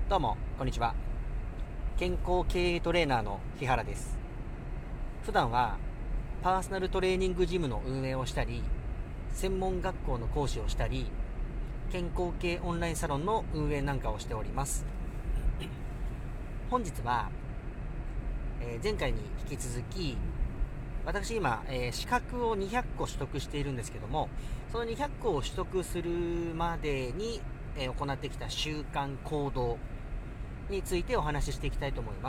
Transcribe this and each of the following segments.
どうもこんにちは。健康経営トレーナーの日原です。普段はパーソナルトレーニングジムの運営をしたり、専門学校の講師をしたり、健康系オンラインサロンの運営なんかをしております。本日は、前回に引き続き、私今、資格を200個取得しているんですけども、その200個を取得するまでに、行ってきた習慣行動についてお話ししていきたいと思います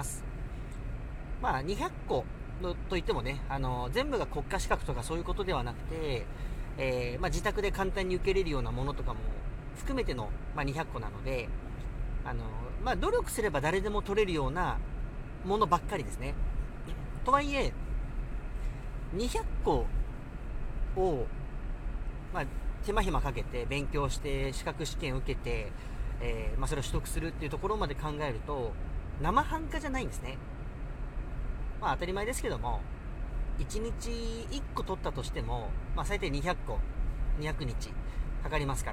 。200個といってもね、全部が国家資格とかそういうことではなくて、自宅で簡単に受けれるようなものとかも含めての、200個なので、努力すれば誰でも取れるようなものばっかりですね。とはいえ、200個を、手間暇かけて勉強して資格試験を受けて、それを取得するっていうところまで考えると生半可じゃないんですね。当たり前ですけども、1日1個取ったとしても、最低200個200日かかりますから、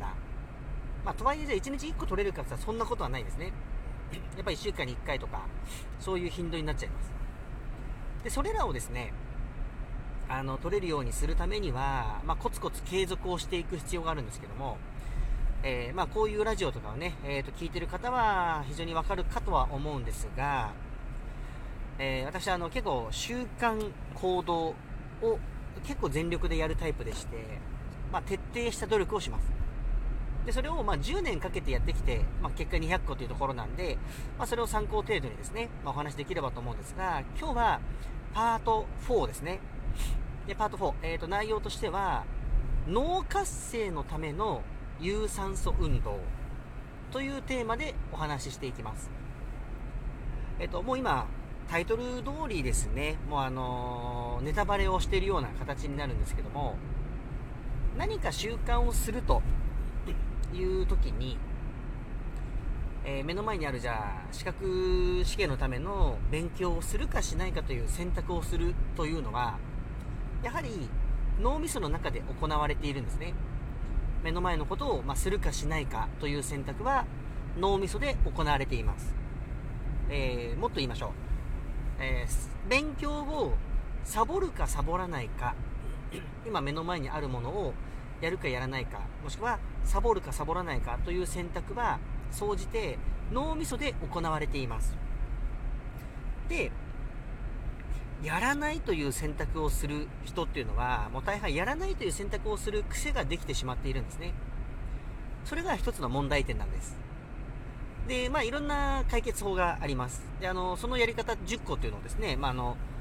とはいえじゃあ1日1個取れるかって言ったらそんなことはないですね。やっぱり1週間に1回とかそういう頻度になっちゃいます。でそれらをですね、取れるようにするためには、コツコツ継続をしていく必要があるんですけども、こういうラジオとかをね、聞いてる方は非常にわかるかとは思うんですが、私は結構習慣行動を結構全力でやるタイプでして、徹底した努力をします。でそれを10年かけてやってきて、結果200個というところなんで、それを参考程度にですね、お話できればと思うんですが、今日はパート4ですね。でパート4、内容としては脳活性のための有酸素運動というテーマでお話ししていきます。もう今タイトル通りですね、もうネタバレをしているような形になるんですけども、何か習慣をするという時に、目の前にあるじゃあ資格試験のための勉強をするかしないかという選択をするというのは、やはり脳みその中で行われているんですね。目の前のことを、するかしないかという選択は脳みそで行われています。もっと言いましょう。勉強をサボるかサボらないか、今目の前にあるものをやるかやらないか、もしくはサボるかサボらないかという選択は総じて脳みそで行われています。でやらないという選択をする人っていうのは、もう大半やらないという選択をする癖ができてしまっているんですね。それが一つの問題点なんです。で、いろんな解決法があります。で、そのやり方10個っていうのをですね、前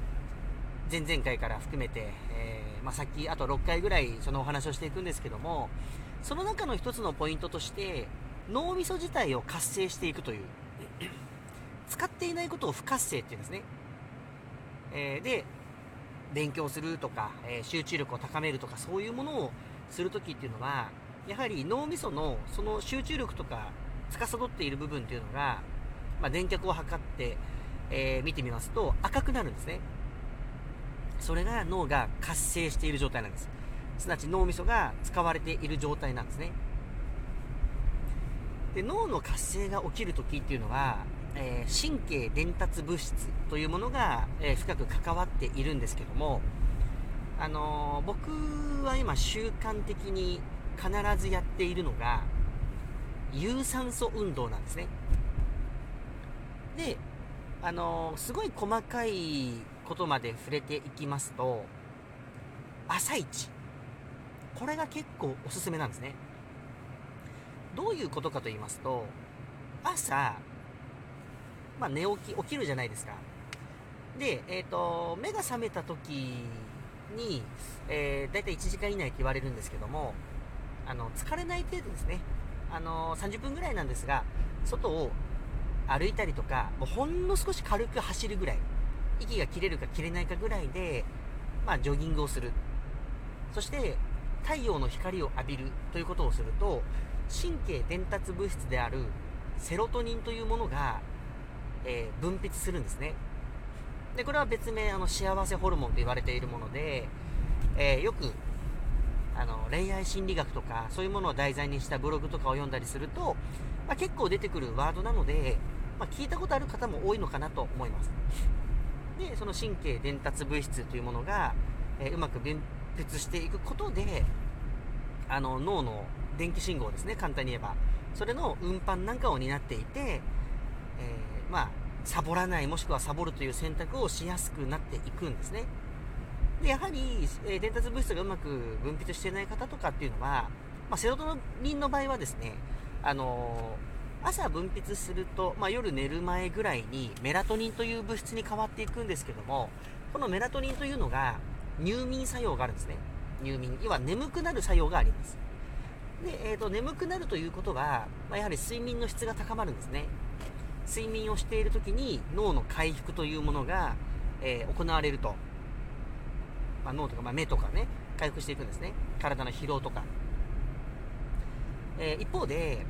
々回から含めて、さっきあと6回ぐらいそのお話をしていくんですけども、その中の一つのポイントとして、脳みそ自体を活性していくという、使っていないことを不活性っていうんですね。で勉強するとか、集中力を高めるとか、そういうものをするときっていうのは、やはり脳みそのその集中力とか司っている部分っていうのが、電極を測って、見てみますと赤くなるんですね。それが脳が活性している状態なんです。すなわち脳みそが使われている状態なんですね。で脳の活性が起きるときっていうのは、神経伝達物質というものが、深く関わっているんですけども、僕は今習慣的に必ずやっているのが有酸素運動なんですね。で、すごい細かいことまで触れていきますと、朝一、これが結構おすすめなんですね。どういうことかと言いますと、朝起きるじゃないですか。で、目が覚めた時に、だいたい1時間以内って言われるんですけども、疲れない程度ですね。30分ぐらいなんですが、外を歩いたりとか、もうほんの少し軽く走るぐらい、息が切れるか切れないかぐらいで、ジョギングをする。そして太陽の光を浴びるということをすると、神経伝達物質であるセロトニンというものが、分泌するんですね。でこれは別名幸せホルモンと言われているもので、よく恋愛心理学とかそういうものを題材にしたブログとかを読んだりすると、結構出てくるワードなので、聞いたことある方も多いのかなと思います。で、その神経伝達物質というものが、うまく分泌していくことで、脳の電気信号ですね、簡単に言えばそれの運搬なんかを担っていて、サボらない、もしくはサボるという選択をしやすくなっていくんですね。でやはり、伝達物質がうまく分泌していない方とかっていうのは、セロトニンの場合はですね、朝分泌すると、夜寝る前ぐらいにメラトニンという物質に変わっていくんですけども、このメラトニンというのが入眠作用があるんですね。入眠、要は眠くなる作用があります。で、眠くなるということは、やはり睡眠の質が高まるんですね。睡眠をしている時に脳の回復というものが、行われると、脳とか、目とかね、回復していくんですね。体の疲労とか。一方で、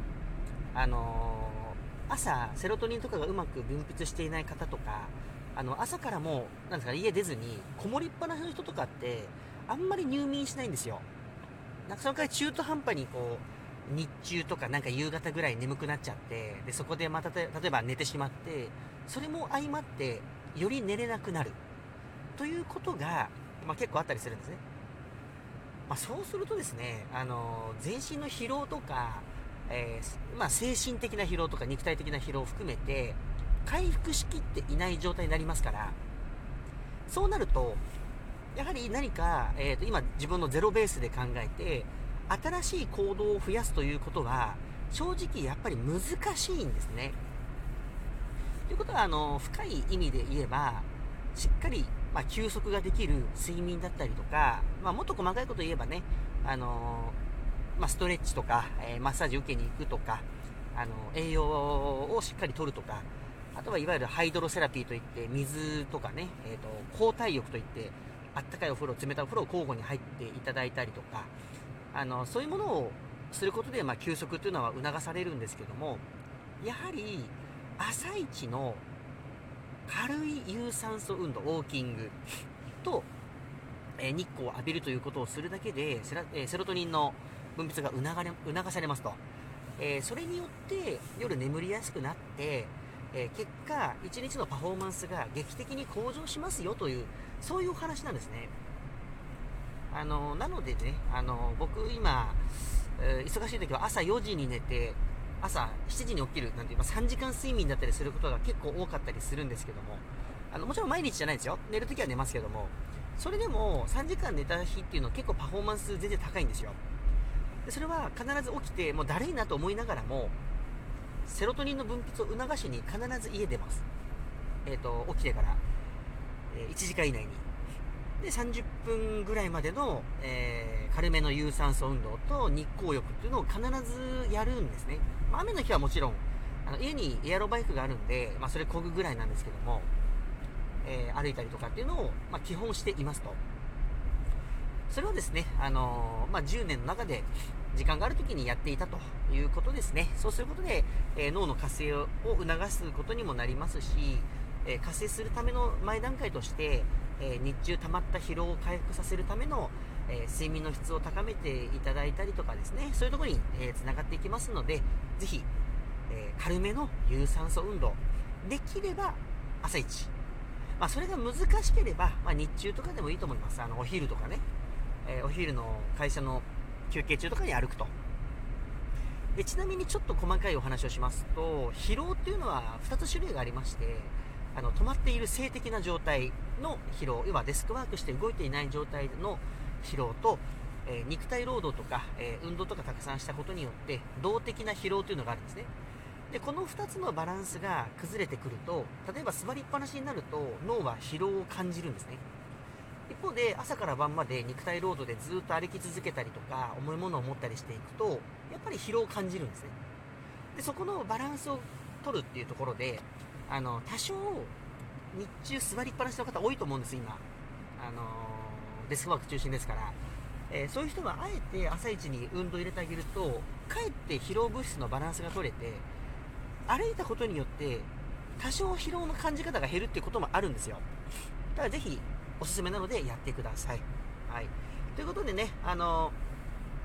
朝セロトニンとかがうまく分泌していない方とか、朝からもうなんですか、家出ずにこもりっぱなしの人とかってあんまり入眠しないんですよ。なんかその回中途半端に日中とかなんか夕方ぐらい眠くなっちゃって、でそこでまた例えば寝てしまって、それも相まってより寝れなくなるということが、結構あったりするんですね。そうするとですね、全身の疲労とか、精神的な疲労とか肉体的な疲労を含めて回復しきっていない状態になりますから、そうなるとやはり何か、今自分のゼロベースで考えて新しい行動を増やすということは正直やっぱり難しいんですね。ということは深い意味で言えば、しっかり、休息ができる睡眠だったりとか、もっと細かいこと言えばね、ストレッチとか、マッサージ受けに行くとか、栄養をしっかりとるとか、あとはいわゆるハイドロセラピーといって水とかね、交代浴といってあったかいお風呂、冷たいお風呂を交互に入っていただいたりとか、そういうものをすることで、休息というのは促されるんですけども、やはり朝一の軽い有酸素運動、ウォーキングと、日光を浴びるということをするだけでセロトニンの分泌が促されますと、それによって夜眠りやすくなって、結果一日のパフォーマンスが劇的に向上しますよという、そういうお話なんですね。なのでね、僕今、忙しい時は朝4時に寝て朝7時に起きるなんて、3時間睡眠だったりすることが結構多かったりするんですけども、もちろん毎日じゃないですよ。寝るときは寝ますけども、それでも3時間寝た日っていうのは結構パフォーマンス全然高いんですよ。でそれは必ず起きてもうだるいなと思いながらもセロトニンの分泌を促しに必ず家出ます。起きてから、1時間以内にで30分ぐらいまでの、軽めの有酸素運動と日光浴っていうのを必ずやるんですね。雨の日はもちろん家にエアロバイクがあるんで、それ漕ぐぐらいなんですけども、歩いたりとかっていうのを、基本していますと。それをですね、10年の中で時間がある時にやっていたということですね。そうすることで、脳の活性を促すことにもなりますし、活性するための前段階として、日中溜まった疲労を回復させるための、睡眠の質を高めていただいたりとかですね、そういうところにつながっていきますので、ぜひ、軽めの有酸素運動できれば朝一、それが難しければ、日中とかでもいいと思います。お昼とかね、お昼の会社の休憩中とかに歩くと。でちなみにちょっと細かいお話をしますと、疲労っていうのは2つ種類がありまして、止まっている静的な状態の疲労、要はデスクワークして動いていない状態の疲労と、肉体労働とか、運動とかたくさんしたことによって動的な疲労というのがあるんですね。でこの2つのバランスが崩れてくると、例えば座りっぱなしになると脳は疲労を感じるんですね。一方で朝から晩まで肉体労働でずっと歩き続けたりとか重いものを持ったりしていくと、やっぱり疲労を感じるんですね。でそこのバランスを取るっていうところで、多少日中座りっぱなしの方多いと思うんです。今デスクワーク中心ですから、そういう人はあえて朝一に運動を入れてあげると、かえって疲労物質のバランスが取れて、歩いたことによって多少疲労の感じ方が減るっていうこともあるんですよ。だからぜひおすすめなのでやってください。はい。ということでね、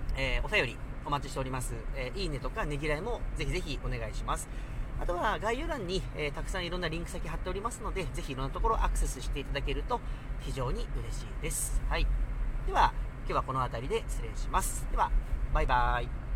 お便りお待ちしております。いいねとかねぎらいもぜひぜひお願いします。あとは概要欄に、たくさんいろんなリンク先貼っておりますので、ぜひいろんなところアクセスしていただけると非常に嬉しいです。はい。では、今日はこの辺りで失礼します。では、バイバーイ。